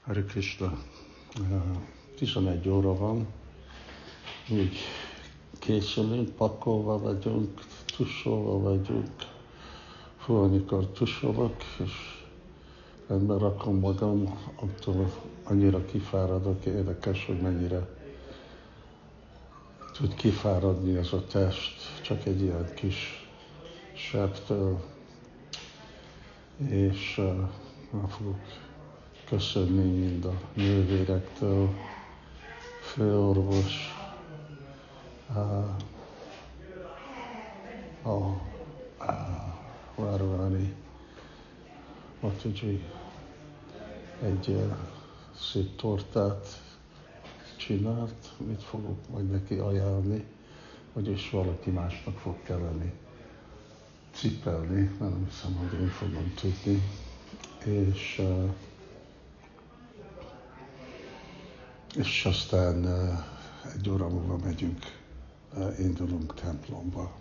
Hare Krishna. 11 óra van, úgy készülünk, pakolva vagyunk, tussolva vagyunk. Fú, amikor tussolok, és rendben rakom magam, attól annyira kifáradok, érdekes, hogy mennyire tud kifáradni ez a test, csak egy ilyen kis sebtől, és meg fogok köszönni mind a nővérektől, főorvos, Radharani Mataji egy szép tortát csinált, mit fogok majd neki ajánlni, vagyis valaki másnak fog kelleni cipelni, mert nem hiszem, hogy én fogom tudni. És aztán egy óra múlva indulunk templomba.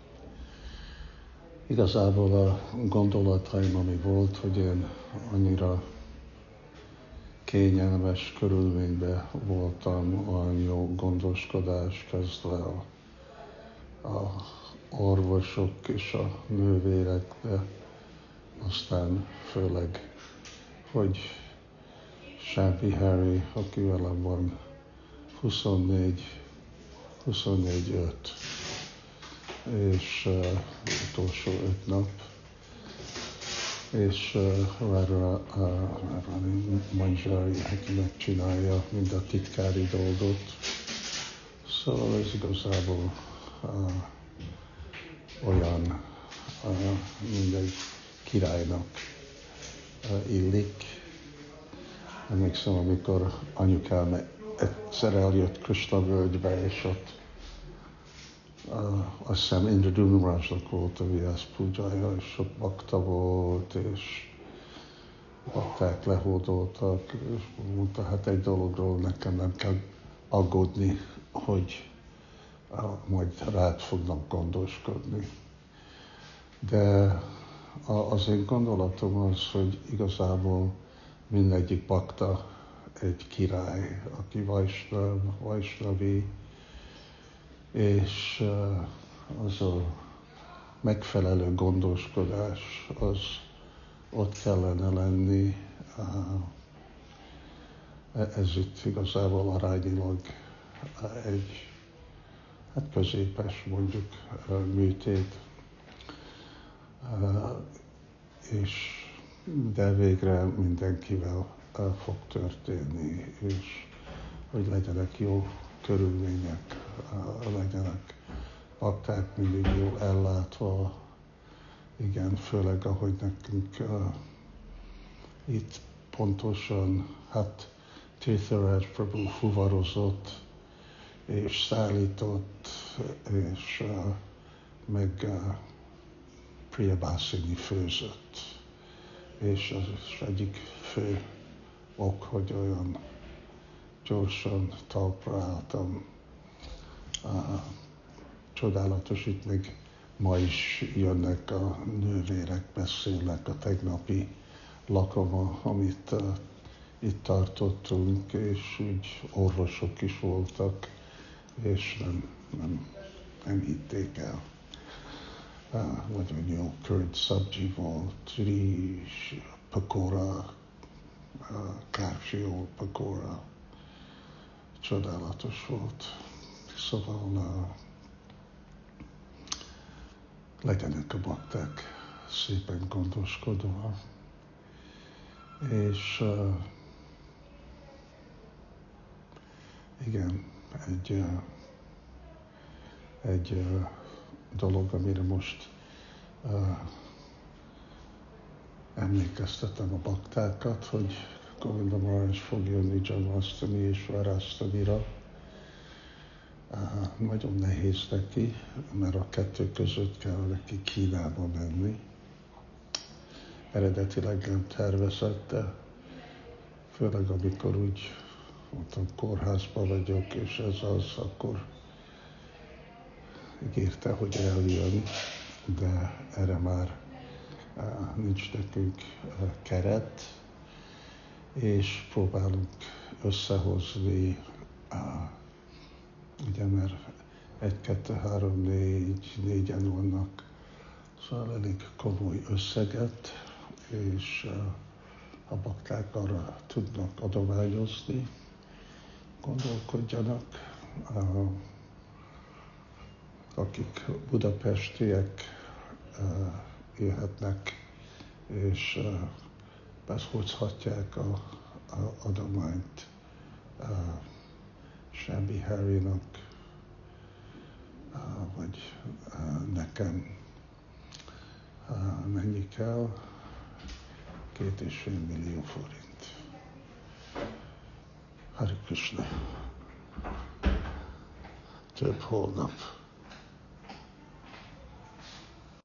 Igazából a gondolataim, ami volt, hogy én annyira kényelmes körülményben voltam, olyan jó gondoskodás, kezdve a orvosok és a nővérek, de aztán főleg, hogy Shampi Harry, aki velem van 24-5, és utolsó 5 nap, és Radharani Manjari, aki megcsinálja mind a titkári dolgot. Szóval ez igazából olyan, mindegy királynak illik. Emlékszem, amikor anyukám egyszer eljött Krishna völgybe, és ott azt hiszem Indra Dhunurajnak volt a Vyas pujája, és ott bakta volt, és bakták lehódoltak, és mondta, hát egy dologról nekem nem kell aggódni, hogy majd rád fognak gondoskodni. De az én gondolatom az, hogy igazából mindegyik bakta egy király, aki Vaisnavi, és az a megfelelő gondoskodás, az ott kellene lenni. Ez itt igazából arányilag egy középes mondjuk műtét, de végre mindenkivel fog történni, és hogy legyenek jó körülmények, legyenek bakták mindig jól ellátva, igen, főleg ahogy nekünk itt pontosan, Tirtharaj Prabhu fuvarozott, és szállított, és meg Priyabhasini főzött. És az is egyik fő ok, hogy olyan gyorsan talpra álltam. Csodálatos, itt még ma is jönnek a nővérek, beszélnek a tegnapi lakoma, amit itt tartottunk, és úgy orvosok is voltak, és nem hitték el. Nagyon jó curd sabji volt, rizs, pakora, kárfiol pakora, csodálatos volt. Szóval legyenek a bakták szépen gondoskodva. És igen, egy dolog, amire most emlékeztetem a baktákat, hogy Govinda Maharaj fog jönni Janmashtami és Varasztamira. Nagyon nehéz neki, mert a kettő között kell neki Kínába menni. Eredetileg nem tervezett, de főleg amikor úgy mondtam, kórházban vagyok, és ez az, akkor ígérte, hogy eljön, de erre már nincs nekünk keret, és próbálunk összehozni, ugye mert 1, 2, 3, 4, 4-en vannak, szóval elég komoly összeget, és a bakták arra tudnak adományozni, gondolkodjanak, akik budapestiek jöhetnek, és behozhatják a adományt Shelby Harrynak, vagy nekem mennyi kell? 2,5 millió forint. Hare Krishna. Több holnap.